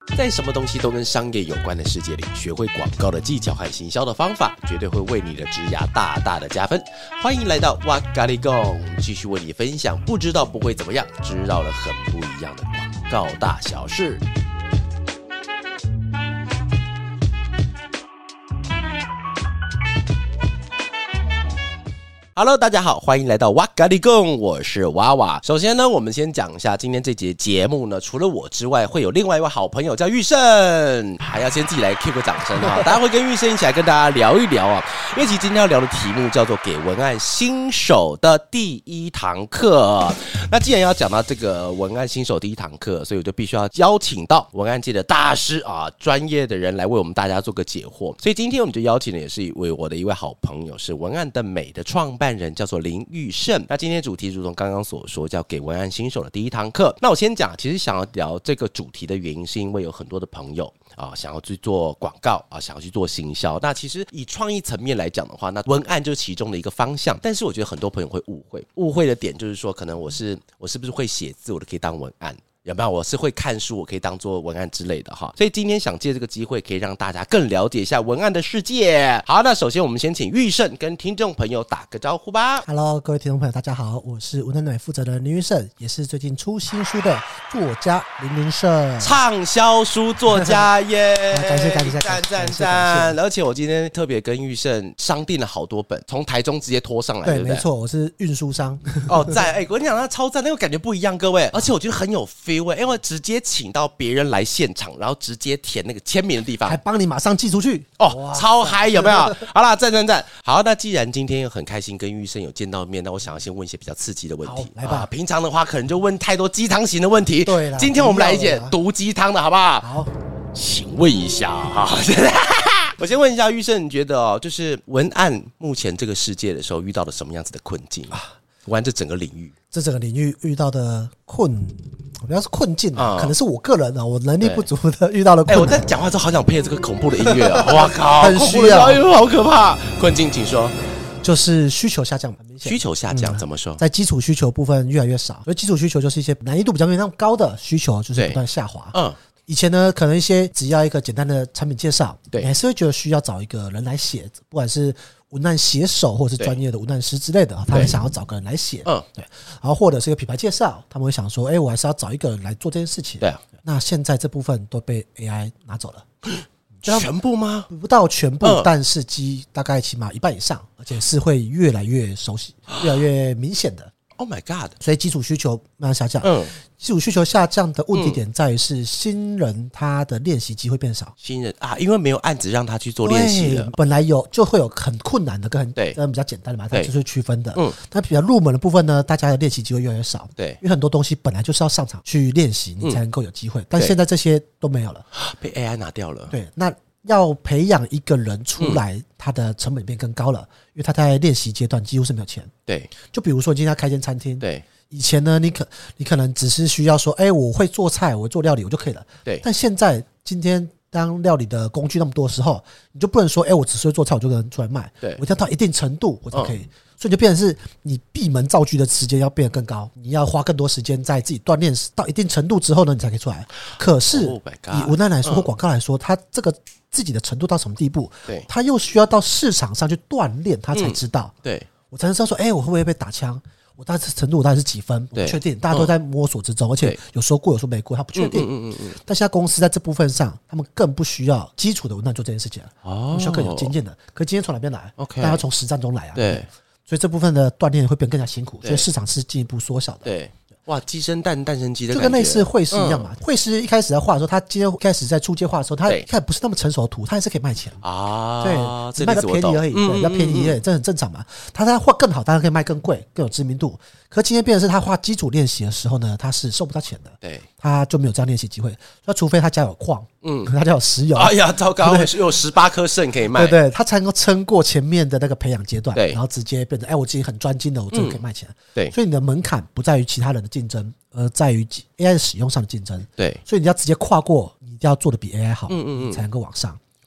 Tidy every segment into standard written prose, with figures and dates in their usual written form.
在什么东西都跟商业有关的世界里，学会广告的技巧和行销的方法，绝对会为你的职涯大大的加分。欢迎来到哇咖喱贡，继续为你分享不知道不会怎么样，知道了很不一样的广告大小事。Hello， 大家好，欢迎来到哇咖喱贡，我是娃娃。首先呢，我们先讲一下今天这节节目呢，除了我之外，会有另外一位好朋友叫玉胜，还要先自己来 Q 个掌声哈。大家会跟玉胜一起来跟大家聊一聊啊，因为其实今天要聊的题目叫做给文案新手的第一堂课。那既然要讲到这个文案新手第一堂课，所以我就必须要邀请到文案界的大师啊，专业的人来为我们大家做个解惑。所以今天我们就邀请的也是我的一位好朋友，是文案的美的创办人，叫做林玉胜。那今天的主题如同刚刚所说，叫给文案新手的第一堂课。那我先讲，其实想要聊这个主题的原因，是因为有很多的朋友想要去做广告想要去做行销。那其实以创意层面来讲的话，那文案就是其中的一个方向。但是我觉得很多朋友会误会的点就是说，可能我是不是会写字，我都可以当文案。有没有？我是会看书，我可以当做文案之类的哈。所以今天想借这个机会，可以让大家更了解一下文案的世界。好，那首先我们先请玉胜跟听众朋友打个招呼吧。 Hello， 各位听众朋友，大家好，我是文案美负责人林玉胜，也是最近出新书的作家林胜， 畅销书作家耶！ 感谢， 赞！而且我今天特别跟玉胜商订了好多本，从台中直接拖上来，对不对？ 没错，我是运输商。 赞！我跟你讲，他超赞，那个感觉不一样，各位。而且我觉得很有 feel。因为直接请到别人来现场，然后直接填那个签名的地方， 还帮你马上寄出去超嗨，有没有？好啦，赞！好，那既然今天很开心跟玉胜有见到面，那我想要先问一些比较刺激的问题。 来吧， 平常的话可能就问太多鸡汤型的问题， 对啦， 今天我们来一点毒鸡汤的好不好？ 好， 请问一下我先问一下玉胜，你觉得就是文案目前这个世界的时候遇到了什么样子的困境文案这整个领域遇到的不要是困境可能是我个人我能力不足的遇到的困难。 我在讲话之后好想配这个恐怖的音乐哇靠， 很需要， 好可怕。困境请说。 就是需求下降，很明显。 需求下降怎么说？ 在基础需求部分越来越少，所以基础需求就是一些难易度比较没那么高的需求，就是不断下滑。以前呢，可能一些只要一个简单的产品介绍，你还是会觉得需要找一个人来写，不管是文案写手或者是专业的文案师之类的，他们想要找个人来写，对，然后或者是一个品牌介绍，他们会想说，我还是要找一个人来做这件事情。对，那现在这部分都被 AI 拿走了。 全部吗？ 不到全部，但是大概起码一半以上，而且是会越来越熟悉、越来越明显的。 Oh my god！ 所以基础需求慢慢下降。基础需求下降的问题点在于是新人他的练习机会变少。 新人因为没有案子让他去做练习了， 本来就会有很困难的跟比较简单的嘛，它就是区分的。那比较入门的部分呢，大家的练习机会越来越少。对，因为很多东西本来就是要上场去练习，你才能够有机会。但现在这些都没有了， 被 AI 拿掉了。 对，那要培养一个人出来，他的成本变更高了，因为他在练习阶段几乎是没有钱。对，就比如说你今天要开间餐厅，对，以前呢，你可能只是需要说，我会做菜，我会做料理，我就可以了。对，但现在今天当料理的工具那么多的时候，你就不能说，我只是会做菜，我就能出来卖。对，我一定要到一定程度，我才可以。所以就变成是你闭门造车的时间要变得更高，你要花更多时间在自己锻炼到一定程度之后呢，你才可以出来。可是以文案来说或广告来说，它这个自己的程度到什么地步，它又需要到市场上去锻炼，他才知道。对，我才能知道说，我会不会被打枪？我大概程度我大概是几分？我不确定，大家都在摸索之中，而且有说过有说没过，他不确定。但现在公司在这部分上，他们更不需要基础的文案做这件事情了，需要更有经验的。可经验从哪边来？大家从实战中来啊。对。所以这部分的锻炼会变更加辛苦，所以市场是进一步缩小的。对，哇，鸡生蛋，蛋生鸡的感觉，就跟类似绘师一样嘛。绘师一开始在画的时候，他今天开始在出街画的时候，他一开始不是那么成熟的图，他还是可以卖钱啊。对，只卖的便宜而已，对，比较便宜而已，这很正常嘛。他在画更好，当然可以卖更贵，更有知名度。可今天变成是他画基础练习的时候呢，他是收不到钱的，对，他就没有这样练习机会。那除非他家有矿，他家有石油，哎呀，糟糕， 有18颗肾可以卖， 对，他才能够撑过前面的那个培养阶段，然后直接变成，我自己很专精的，我这个可以卖钱。对，所以你的门槛不在于其他人的竞争，而在于 AI 的使用上的竞争。对，所以你要直接跨过，你一定要做的比 AI 好，你才能够往上。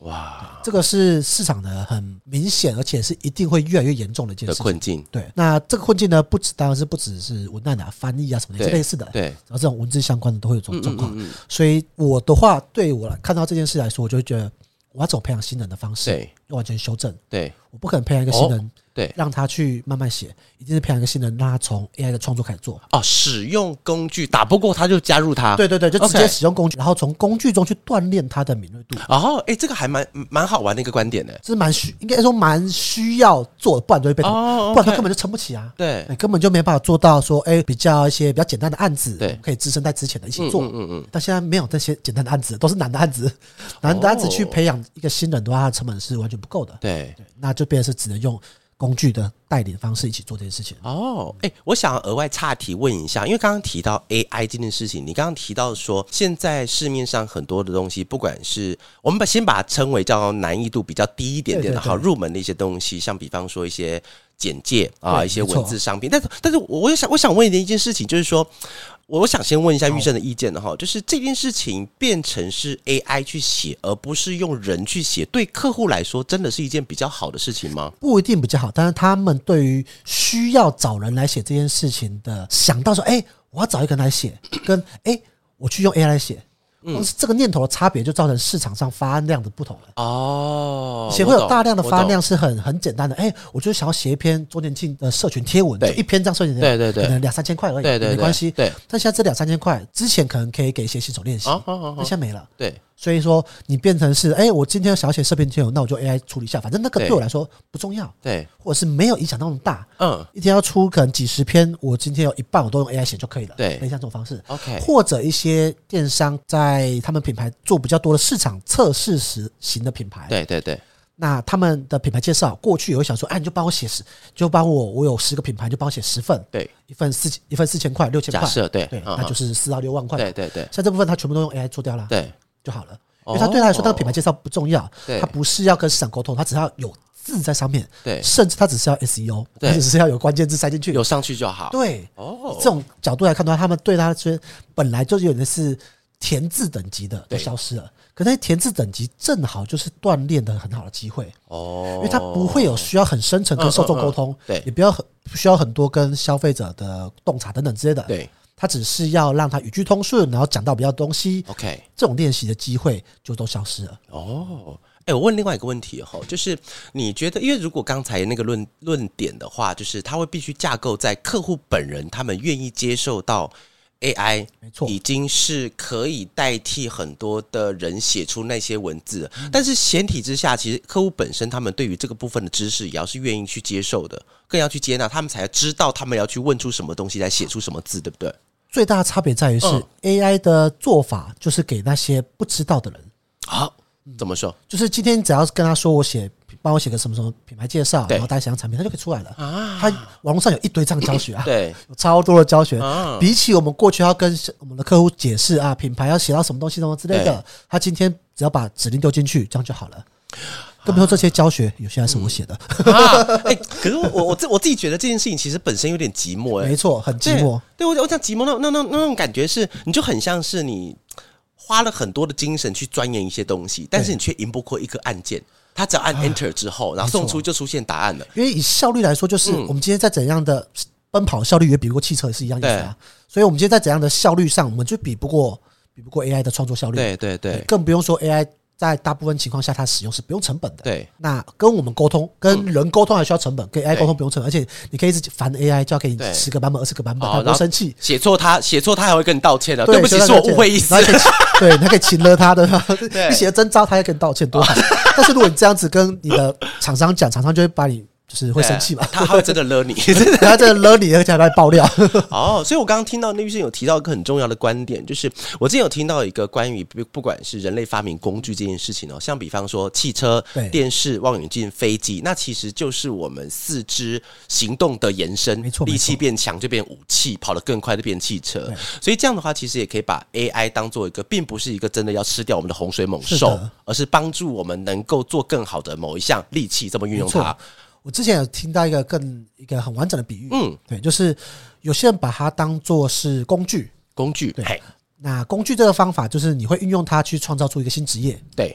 哇，这个是市场的很明显，而且是一定会越来越严重的一件事情。 困境。对， 那这个困境呢，当然不只是文案翻译啊什么的类似的，对，然后这种文字相关的都会有这种状况。所以我的话，对我看到这件事来说，我就会觉得我要走培养新人的方式，对，要完全修正。对，我不可能培养一个新人。对，让他去慢慢写，一定是培养一个新人，让他从 AI 的创作开始做。使用工具打不过他就加入他。对，就直接使用工具，然后从工具中去锻炼他的敏锐度。 这个还蛮好玩的一个观点呢， 是应该说蛮需要做的，不然就会被不然他根本就撑不起啊。对，根本就没办法做到说，一些比较简单的案子，对，可以支撑在之前的一起做。但现在没有这些简单的案子，都是难的案子，难的案子去培养一个新人的话，它的成本是完全不够的。对，那就变成是只能用工具的带领方式一起做这件事情。 我想额外岔题问一下，因为刚刚提到 AI 这件事情，你刚刚提到说现在市面上很多的东西，不管是我们先把它称为叫难易度比较低一点点的好入门的一些东西，像比方说一些简介一些文字商品，但是我想问的一件事情就是说，我想先问一下玉胜的意见就是这件事情变成是 AI 去写，而不是用人去写，对客户来说真的是一件比较好的事情吗？ 不一定比较好，但是他们对于需要找人来写这件事情的想到说，我要找一个人来写，跟我去用 AI 来写。这个念头的差别就造成市场上发案量的不同了。以前会有大量的发案量是很简单的，我就想要写一篇周年庆的社群贴文，就一篇这样社群贴文，可能2-3千块而已，没关系。但现在这2-3千块之前可能可以给一些新手练习，但现在没了。对，所以说你变成是，我今天想要写社群贴文，那我就 AI 处理一下，反正那个对我来说不重要，对，或者是没有影响那么大。一天要出可能几十篇，我今天有一半我都用 AI 写就可以了。对，类似这种方式。OK， 或者一些电商在他们品牌做比较多的市场测试型的品牌，对，那他们的品牌介绍过去也会想说，你就帮我写就帮我有10个品牌，就帮我写10份，对，一份4000块，6000块， 假设对， 那就是4到6万块， 对， 像这部分他全部都用 AI 做掉了，对，就好了，因为他对他来说那个品牌介绍不重要，他不是要跟市场沟通，他只要有字在上面，对，甚至他只是要 SEO， 他只是要有关键字塞进去， 有上去就好， 对，这种角度来看的话，他们对他说本来就有点是填字等级的都消失了，可那些填字等级正好就是锻炼的很好的机会因为它不会有需要很深层跟受众沟通，对，也不需要很多跟消费者的洞察等等之类的，对，它只是要让它语句通顺，然后讲到比较多东西 ，OK， 这种练习的机会就都消失了。 我问另外一个问题就是你觉得，因为如果刚才那个论点的话，就是它会必须架构在客户本人他们愿意接受到。AI 没错，已经是可以代替很多的人写出那些文字，但是前提之下，其实客户本身他们对于这个部分的知识也要是愿意去接受的，更要去接纳，他们才知道他们要去问出什么东西来写出什么字，对不对？ 最大的差别在于是 AI 的做法就是给那些不知道的人。 好，怎么说？ 就是今天只要跟他说帮我写个什么什么品牌介绍，然后大家想要产品，他就可以出来了。他网络上有一堆这样的教学对，有超多的教学。比起我们过去要跟我们的客户解释品牌要写到什么东西什么之类的，他今天只要把指令丢进去，这样就好了。更别说这些教学有些还是我写的。 可是我自己觉得这件事情其实本身有点寂寞。 没错，很寂寞。 对，我讲寂寞那种感觉是，你就很像是你花了很多的精神去钻研一些东西，但是你却赢不过一个按键。他只要按 Enter 之后，然后送出就出现答案了。 因为以效率来说，就是我们今天在怎样的奔跑效率也比不过汽车，也是一样意思啊。所以我们今天在怎样的效率上，我们就比不过 AI 的创作效率。对，更不用说 AI 在大部分情况下它使用是不用成本的。对，那跟我们沟通，跟人沟通还需要成本，跟 AI 沟通不用成本，而且你可以一直烦 AI，就要给你10个版本、20个版本，他不生气。 写错他还会跟你道歉的，对不起，是我误会意思。 对，你还可以请了他的，你写的真糟，他也跟你道歉，多好。但是如果你这样子跟你的厂商讲，厂商就会把你。就是会生气嘛， 他会真的勒你， 他真的勒你，而且还来爆料。 所以我刚刚听到那医生有提到一个很重要的观点，就是我之前有听到一个关于不管是人类发明工具这件事情像比方说汽车、电视、望远镜、飞机，那其实就是我们四肢行动的延伸，力气变强就变武器，跑得更快就变汽车。所以这样的话，其实也可以把 AI 当做一个，并不是一个真的要吃掉我们的洪水猛兽，而是帮助我们能够做更好的某一项利器，这么运用它。 我之前有听到一个很完整的比喻，对，就是有些人把它当作是工具，对，那工具这个方法就是你会运用它去创造出一个新职业，对，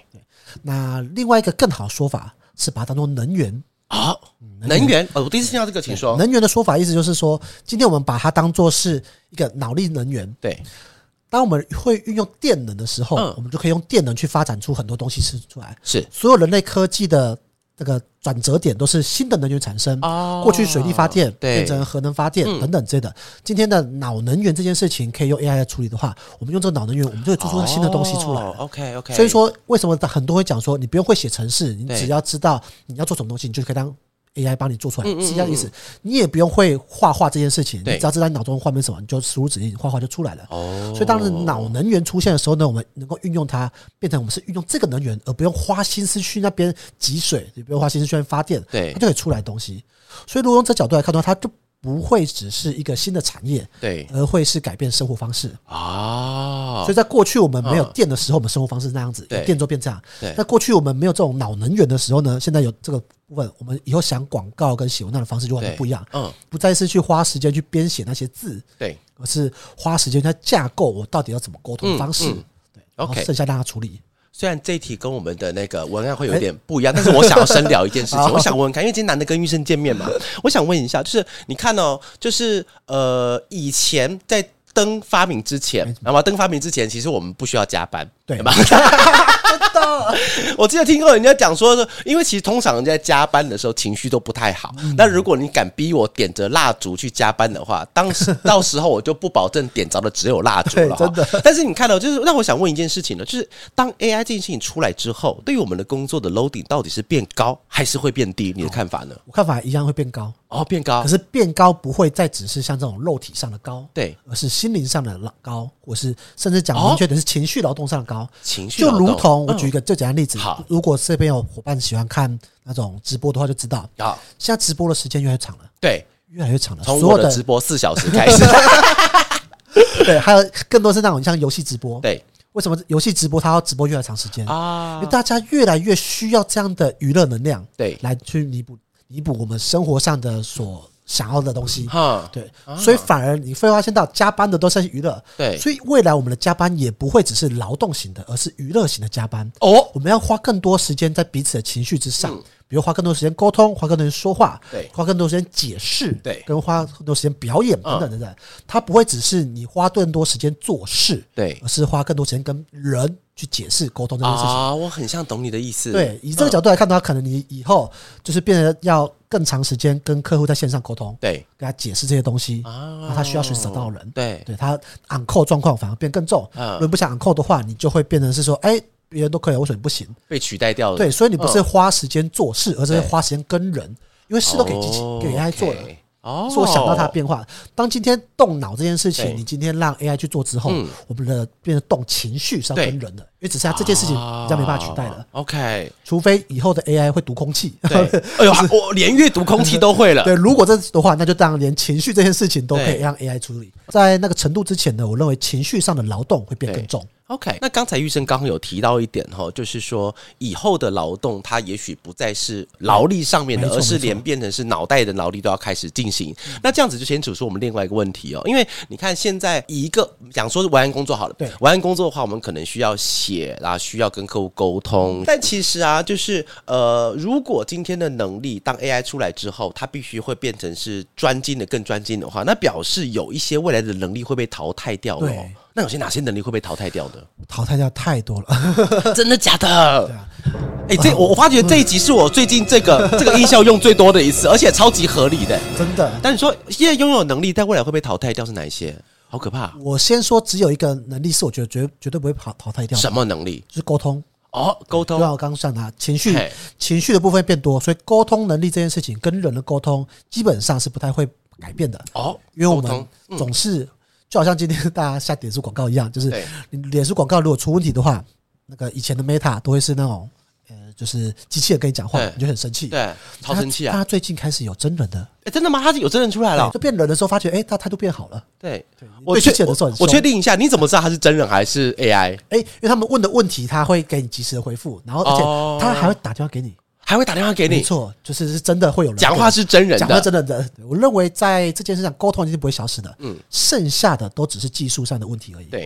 那另外一个更好的说法是把它当做能源啊。能源我第一次听到这个，请说。 能源的说法意思就是说，今天我们把它当做是一个脑力能源。 对， 当我们会运用电能的时候，我们就可以用电能去发展出很多东西出来。 是， 所有人类科技的这个转折点都是新的能源产生。过去水力发电变成核能发电等等之类的。今天的脑能源这件事情可以用 AI 来处理的话，我们用这个脑能源，我们就会做出新的东西出来。 OK。 所以说，为什么很多会讲说，你不用会写程式，你只要知道你要做什么东西，你就可以当AI 帮你做出来，是一样的意思。你也不用会画画这件事情，你只要知道你脑中画面什么，你就输入指令，画画就出来了。所以当脑能源出现的时候呢，我们能够运用它，变成我们是运用这个能源，而不用花心思去那边挤水，也不用花心思去那边发电，它就可以出来东西。所以如果用这角度来看的话，它就不会只是一个新的产业，对，而会是改变生活方式啊。所以在过去我们没有电的时候，我们生活方式是那样子，有电就变这样。那过去我们没有这种脑能源的时候呢，现在有这个部分，我们以后想广告跟写文案的方式就完全不一样。不再是去花时间去编写那些字，对，而是花时间在架构我到底要怎么沟通方式，对，然后剩下让它处理。 虽然这一题跟我们的那个文案会有点不一样，但是我想要深聊一件事情。我想问看，因为今天难得跟玉胜见面嘛，我想问一下，就是你看哦，就是以前在灯发明之前，那么灯发明之前，其实我们不需要加班，对吧？真的，我记得听过人家讲说，因为其实通常人家在加班的时候情绪都不太好。那如果你敢逼我点着蜡烛去加班的话，到时候我就不保证点着的只有蜡烛了。真的。但是你看到，就是让我想问一件事情呢，就是当 AI 这件事情出来之后，对于我们的工作的 loading 到底是变高还是会变低？你的看法呢？ 我看法一样会变高。变高。可是变高不会再只是像这种肉体上的高，对，而是心灵上的高，或是甚至讲明确的是情绪劳动上的高。情绪劳动，就如同我举一个最简单的例子，如果这边有伙伴喜欢看那种直播的话，就知道，现在直播的时间越来越长了，对，越来越长了。从我的直播4小时开始，对，还有更多是那种像游戏直播，对。为什么游戏直播它要直播越来越长时间啊？因为大家越来越需要这样的娱乐能量，对，来去弥补我们生活上的所想要的东西，对，所以反而你会发现到加班的都是娱乐，对，所以未来我们的加班也不会只是劳动型的，而是娱乐型的加班。我们要花更多时间在彼此的情绪之上，比如花更多时间沟通，花更多时间说话，对，花更多时间解释，对，跟花更多时间表演等等等等。它不会只是你花更多时间做事，对，而是花更多时间跟人去解释沟通这件事情。我很像懂你的意思。对，以这个角度来看的话，可能你以后就是变得要更长时间跟客户在线上沟通，对，跟他解释这些东西，那他需要随时找到人，对，他on call状况反而变更重。如果不想on call的话，你就会变成是说，别人都可以，为什么你不行？被取代掉了。对，所以你不是花时间做事，而是花时间跟人，因为事都给机器给 AI 做了。所以我想到它的变化。当今天动脑这件事情，你今天让 AI 去做之后，我们的变成动情绪是要跟人的，因为只剩下这件事情比较没办法取代了。OK， 除非以后的 AI 会读空气。对，哎呦，我连阅读空气都会了。对，如果这的话，那就当然连情绪这件事情都可以让 AI 处理。在那个程度之前呢，我认为情绪上的劳动会变更重。OK， 那刚才玉胜刚刚有提到一点就是说以后的劳动它也许不再是劳力上面的，而是连变成是脑袋的劳力都要开始进行。那这样子就牵扯出我们另外一个问题因为你看现在以一个讲说是文案工作好了，对，文案工作的话，我们可能需要写啦，需要跟客户沟通，但其实就是如果今天的能力当 AI 出来之后，它必须会变成是专精的更专精的话，那表示有一些未来的能力会被淘汰掉了。那有些哪些能力会被淘汰掉的？淘汰掉太多了，真的假的？对啊，我发觉这一集是我最近这个音效用最多的一次，而且超级合理的，真的。但你说现在拥有能力，在未来会被淘汰掉是哪一些？好可怕！我先说，只有一个能力是我觉得绝对不会淘汰掉的。什么能力？就是沟通。沟通。就像我刚刚讲的，情绪的部分变多，所以沟通能力这件事情跟人的沟通基本上是不太会改变的。因为我们总是。就好像今天大家下脸书广告一样，就是你脸书广告如果出问题的话，那个以前的 Meta 都会是那种就是机器人跟你讲话，你就很生气，对，超生气啊！他最近开开始有真人的，真的吗？他是有真人出来了，就变人的时候发觉，他态度变好了。对，我确定一下，你怎么知道他是真人还是 AI？因为他们问的问题，他会给你及时的回复，然后而且他还会打电话给你。还会打电话给你，没错，就是真的会有人讲话是真人的，讲话真的。我认为在这件事上，沟通一定不会消失的。剩下的都只是技术上的问题而已。对，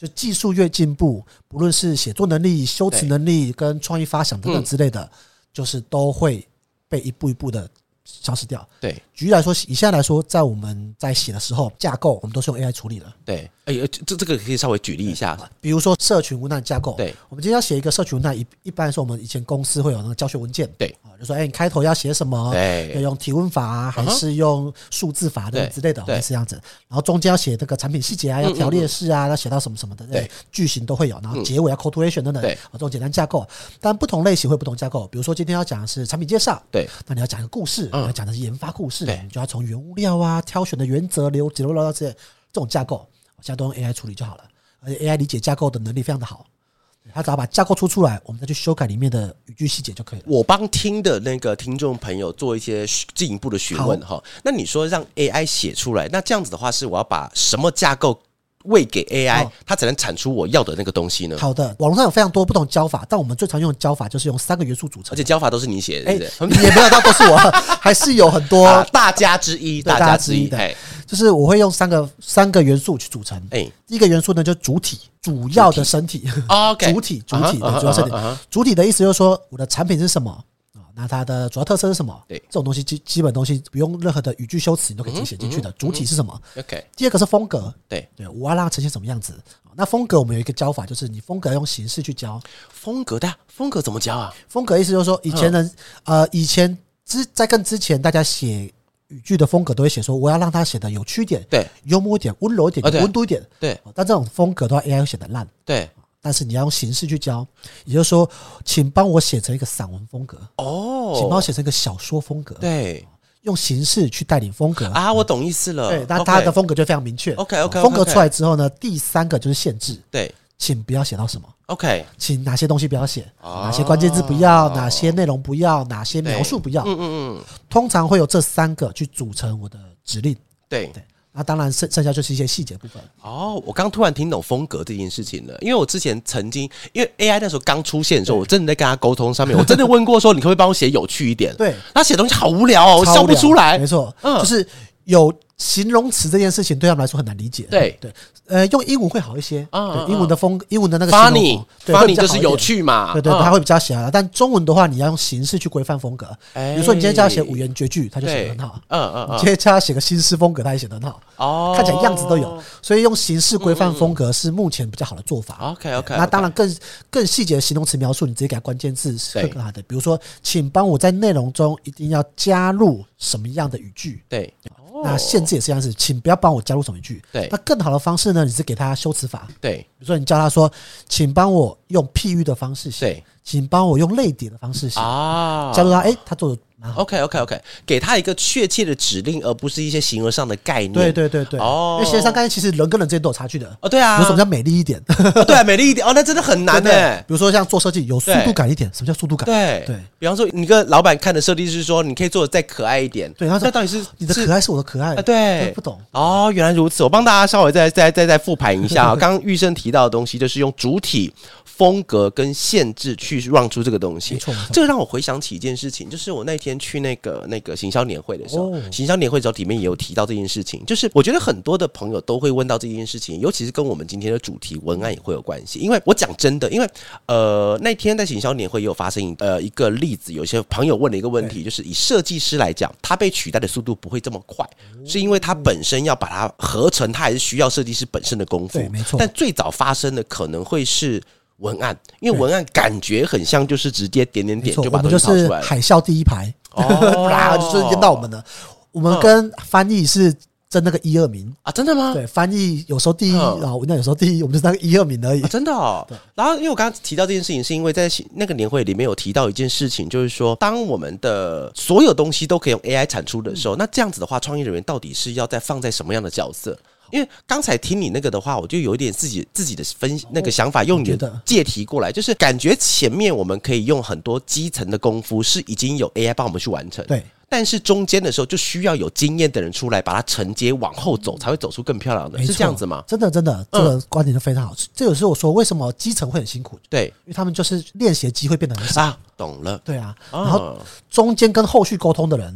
就技术越进步，不论是写作能力、修辞能力跟创意发想等等之类的，就是都会被一步一步的消失掉。 对， 举例来说，以现在来说，在我们在写的时候，架构我们都是用 AI 处理的。 对，这个可以稍微举例一下。 比如说社群文案架构， 对， 我们今天要写一个社群文案，一般来说，我们以前公司会有那个教学文件， 对， 就说你开头要写什么， 对， 要用提问法啊，还是用数字法的之类的，类似这样子。然后中间要写那个产品细节啊，要条列式啊，要写到什么什么的，对，句型都会有。然后结尾要 call to action 等等，对，这种简单架构。但不同类型会不同架构，比如说今天要讲的是产品介绍，对，那你要讲一个故事，你要讲的是研发故事，你就要从原物料啊、挑选的原则、流这种架构。现在都用 AI 处理就好了，而且 AI 理解架构的能力非常的好，他只要把架构出来，我们再去修改里面的语句细节就可以了。 我帮听的那个听众朋友做一些进一步的询问哈，那你说让 AI 写出来，那这样子的话是我要把什么架构喂给 AI，它才能产出我要的那个东西呢？ 好的，网络上有非常多不同教法，但我们最常用的教法就是用3个元素组成， 而且教法都是你写的， 也没有到都是我，还是有很多大家之一，大家之一的， 就是我会用三个元素去组成。第一个元素呢，就是主体，主要的身体。主体的主要身体。主体的意思就是说，我的产品是什么？那它的主要特色是什么？对，这种东西基本东西不用任何的语句修辞，你都可以直接写进去的。主体是什么 ？OK。第二个是风格， 对， 我要让它呈现什么样子。那风格我们有一个教法，就是你风格要用形式去教。 风格怎么教啊？ 风格意思就是说，以前在更之前，大家写语句的风格都会写说，我要让它写的有趣一点，对，幽默一点，温柔一点，有温度一点，对。但这种风格的话 ，AI 会写的烂，对。但是你要用形式去教，也就是说，请帮我写成一个散文风格请帮我写成一个小说风格，对，用形式去带领风格啊，我懂意思了。 对，那它的风格就非常明确。 OK， 风格出来之后呢，第3个就是限制， 对， 请不要写到什么 ，OK， 请哪些东西不要写，哪些关键字不要，哪些内容不要，哪些描述不要，通常会有这3个去组成我的指令，对。那当然剩下就是一些细节部分。 我刚突然听懂风格这件事情了，因为我之前曾经因为 AI 那时候刚出现的时候，我真的在跟他沟通上面，我真的问过说，你可不可以帮我写有趣一点？对，他写东西好无聊我笑不出来。 没错，就是有形容词这件事情对他们来说很难理解。对，用英文会好一些。英文的那个 funny 就是有趣嘛。 对，它会比较写好。但中文的话，你要用形式去规范风格。比如说，你今天叫他写5言绝句，他就写得很好。你今天叫他写个新诗风格，他也写得很好。看起来样子都有，所以用形式规范风格是目前比较好的做法。 OK。 那当然更细节的形容词描述，你直接给他关键字是更好的。比如说，请帮我在内容中一定要加入什么样的语句？对。那限制也是这样子，请不要帮我加入什么语句。对，那更好的方式呢，你是给他修辞法。对，比如说你叫他说，请帮我用譬喻的方式写，请帮我用类点的方式写加入他，他做的 OK， 给他一个确切的指令，而不是一些形而上的概念。 对，因为形而上概念其实人跟人之间都有差距的。 对啊， 有什么叫美丽一点？ 对，美丽一点那真的很难比如说像做设计有速度感一点，什么叫速度感？对， 比方说你跟老板看的设计是说，你可以做的再可爱一点。 对， 那到底是你的可爱是我的可爱？ 对， 不懂原来如此。我帮大家稍微再复盘一下刚刚玉生提到的东西，就是用主体、风格跟限制去让出这个东西。没错，这个让我回想起一件事情，就是我那天去那个行销年会的时候，行销年会的时候里面也有提到这件事情，就是我觉得很多的朋友都会问到这件事情，尤其是跟我们今天的主题文案也会有关系。因为我讲真的，因为那天在行销年会也有发生一个例子，有些朋友问了一个问题，就是以设计师来讲，他被取代的速度不会这么快，是因为他本身要把它合成，他还是需要设计师本身的功夫。对，没错。但最早发生的可能会是文案，因为文案感觉很像就是直接点就把东西跑出来了。我们就是海啸第一排就是淹到我们了。我们跟翻译是争那个1、2名真的吗？ 对，翻译有时候第一，然后文案有时候第一，我们就是那个1、2名而已。 真的对。然后因为我刚刚提到这件事情，是因为在那个年会里面有提到一件事情，就是说，当我们的所有东西都可以用 AI 产出的时候，那这样子的话，创意人员到底是要再放在什么样的角色？因为刚才听你那个的话，我就有一点自己的那个想法，用你的借题过来，就是感觉前面我们可以用很多基层的功夫是已经有 AI 帮我们去完成，对。但是中间的时候就需要有经验的人出来把它承接往后走，才会走出更漂亮的，是这样子吗？ 真的，这个观点就非常好。这也是我说为什么基层会很辛苦，对，因为他们就是练习的机会变得很少。 懂了， 对啊。然后中间跟后续沟通的人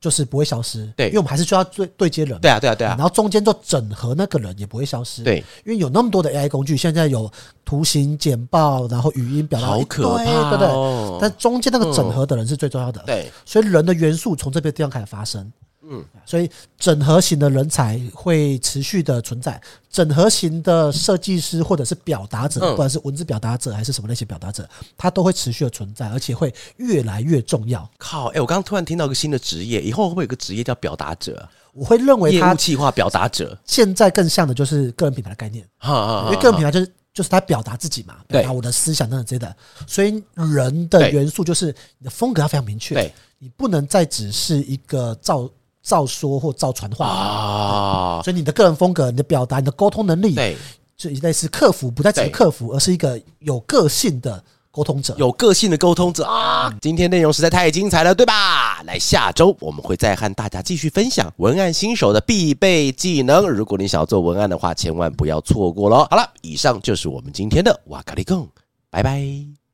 就是不会消失， 对， 因为我们还是需要对接人， 对啊， 然后中间就整合那个人也不会消失， 对， 因为有那么多的 AI 工具，现在有图形、简报，然后语音表达， 好可怕， 对不对？但中间那个整合的人是最重要的， 对， 所以人的元素从这边地方开始发生。所以整合型的人才会持续的存在，整合型的设计师或者是表达者，不管是文字表达者还是什么类型表达者，他都会持续的存在，而且会越来越重要。 靠，我刚刚突然听到一个新的职业，以后会不会有个职业叫表达者？ 我会认为他业务企划表达者， 现在更像的就是个人品牌的概念，因为个人品牌就是他表达自己嘛，表达我的思想等等之类的，所以人的元素就是你的风格要非常明确，你不能再只是一个照说或照传话所以你的个人风格、你的表达、你的沟通能力，对，就类似客服，不再只是客服，而是一个有个性的沟通者， 有个性的沟通者啊！今天内容实在太精彩了，对吧？来，下周我们会再和大家继续分享文案新手的必备技能。如果你想要做文案的话，千万不要错过咯。好了，以上就是我们今天的哇咖哩贡，拜拜。